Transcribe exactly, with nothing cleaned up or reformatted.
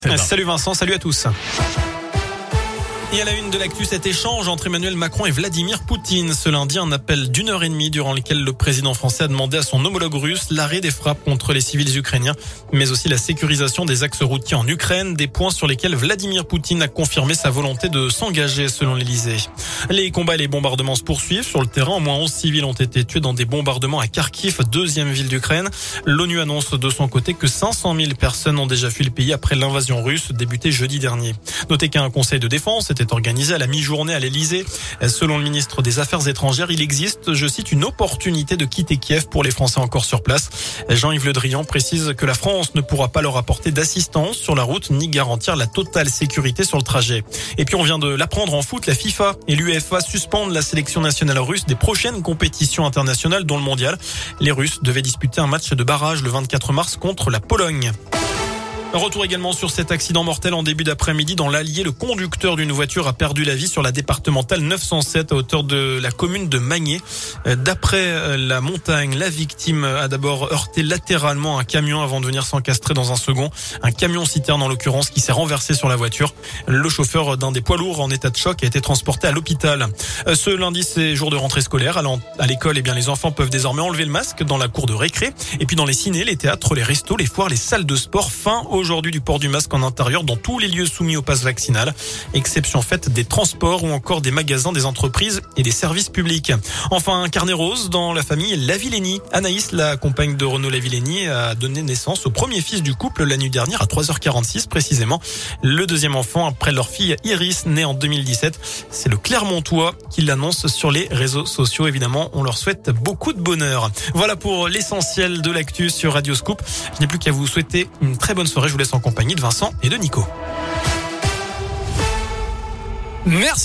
Salut Vincent, salut à tous. Et à la une de l'actu, cet échange entre Emmanuel Macron et Vladimir Poutine. Ce lundi, un appel d'une heure et demie durant lequel le président français a demandé à son homologue russe l'arrêt des frappes contre les civils ukrainiens, mais aussi la sécurisation des axes routiers en Ukraine, des points sur lesquels Vladimir Poutine a confirmé sa volonté de s'engager selon l'Elysée. Les combats et les bombardements se poursuivent sur le terrain. Au moins onze civils ont été tués dans des bombardements à Kharkiv, deuxième ville d'Ukraine. L'ONU annonce de son côté que cinq cent mille personnes ont déjà fui le pays après l'invasion russe débutée jeudi dernier. Notez qu'un conseil de défense était organisé à la mi-journée à l'Elysée. Selon le ministre des Affaires étrangères, il existe, je cite, une opportunité de quitter Kiev pour les Français encore sur place. Jean-Yves Le Drian précise que la France ne pourra pas leur apporter d'assistance sur la route ni garantir la totale sécurité sur le trajet. Et puis on vient de l'apprendre en foot, la FIFA et l'UEFA suspendent la sélection nationale russe des prochaines compétitions internationales dont le mondial. Les Russes devaient disputer un match de barrage le vingt-quatre mars contre la Pologne. Retour également sur cet accident mortel en début d'après-midi dans l'Allier. Le conducteur d'une voiture a perdu la vie sur la départementale neuf cent sept à hauteur de la commune de Magné. D'après la montagne, la victime a d'abord heurté latéralement un camion avant de venir s'encastrer dans un second. Un camion citerne en l'occurrence qui s'est renversé sur la voiture. Le chauffeur d'un des poids lourds en état de choc a été transporté à l'hôpital. Ce lundi, c'est jour de rentrée scolaire. À l'école, eh bien, les enfants peuvent désormais enlever le masque dans la cour de récré. Et puis dans les cinés, les théâtres, les restos, les foires, les salles de sport, fin au aujourd'hui du port du masque en intérieur dans tous les lieux soumis au pass vaccinal. Exception faite des transports ou encore des magasins, des entreprises et des services publics. Enfin, un carnet rose dans la famille Lavillenie. Anaïs, la compagne de Renaud Lavillenie, a donné naissance au premier fils du couple la nuit dernière à trois heures quarante-six précisément. Le deuxième enfant après leur fille Iris, née en deux mille dix-sept. C'est le Clermontois qui l'annonce sur les réseaux sociaux. Évidemment, on leur souhaite beaucoup de bonheur. Voilà pour l'essentiel de l'actu sur Radio Scoop. Je n'ai plus qu'à vous souhaiter une très bonne soirée. Je vous laisse en compagnie de Vincent et de Nico. Merci.